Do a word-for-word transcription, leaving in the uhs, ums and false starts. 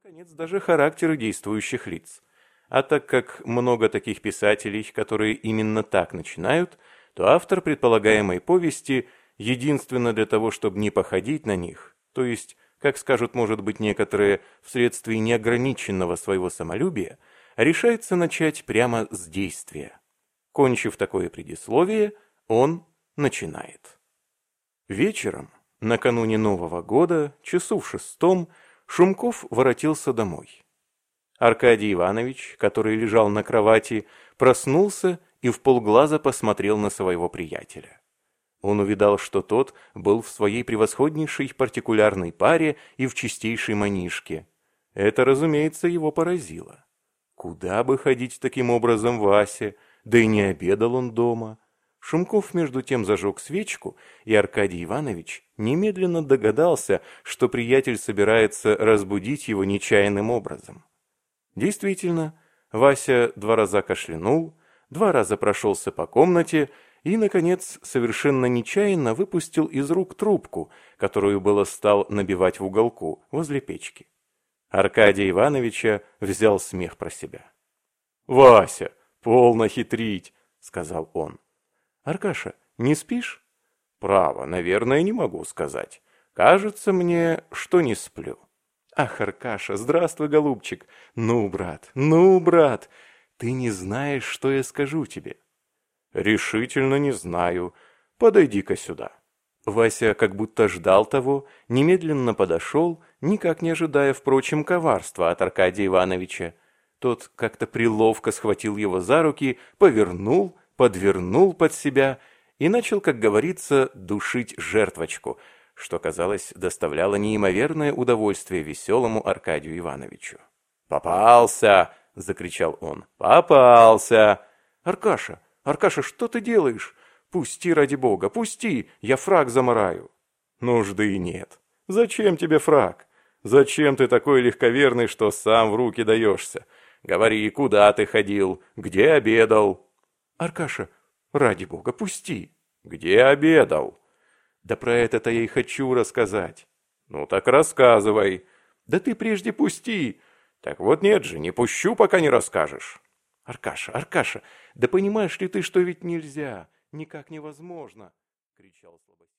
наконец, даже характеры действующих лиц. А так как много таких писателей, которые именно так начинают, то автор предполагаемой повести, единственно для того, чтобы не походить на них, то есть, как скажут, может быть, некоторые, вследствие неограниченного своего самолюбия, решается начать прямо с действия. Кончив такое предисловие, он начинает. Вечером, накануне Нового года, часу в шестом, Шумков воротился домой. Аркадий Иванович, который лежал на кровати, проснулся и вполглаза посмотрел на своего приятеля. Он увидал, что тот был в своей превосходнейшей партикулярной паре и в чистейшей манишке. Это, разумеется, его поразило. Куда бы ходить таким образом Васе, да и не обедал он дома. Шумков между тем зажег свечку, и Аркадий Иванович немедленно догадался, что приятель собирается разбудить его нечаянным образом. Действительно, Вася два раза кашлянул, два раза прошелся по комнате и, наконец, совершенно нечаянно выпустил из рук трубку, которую было стал набивать в уголку возле печки. Аркадия Ивановича взял смех про себя. «Вася, полно хитрить», — сказал он. «Аркаша, не спишь?» «Право, наверное, не могу сказать. Кажется мне, что не сплю». «Ах, Аркаша, здравствуй, голубчик! Ну, брат, ну, брат, ты не знаешь, что я скажу тебе». «Решительно не знаю. Подойди-ка сюда». Вася как будто ждал того, немедленно подошел, никак не ожидая, впрочем, коварства от Аркадия Ивановича. Тот как-то приловко схватил его за руки, повернул, подвернул под себя и начал, как говорится, душить жертвочку, что, казалось, доставляло неимоверное удовольствие веселому Аркадию Ивановичу. «Попался!» — закричал он. «Попался!» «Аркаша, Аркаша, что ты делаешь? Пусти, ради бога, пусти, я фрак замараю». «Нужды нет. Зачем тебе фрак? Зачем ты такой легковерный, что сам в руки даешься? Говори, куда ты ходил, где обедал?» «Аркаша, ради бога, пусти». «Где обедал?» «Да про это-то я и хочу рассказать». «Ну так рассказывай». «Да ты прежде пусти». «Так вот нет же, не пущу, пока не расскажешь». «Аркаша, Аркаша, да понимаешь ли ты, что ведь нельзя, никак невозможно», — кричал слабосильный.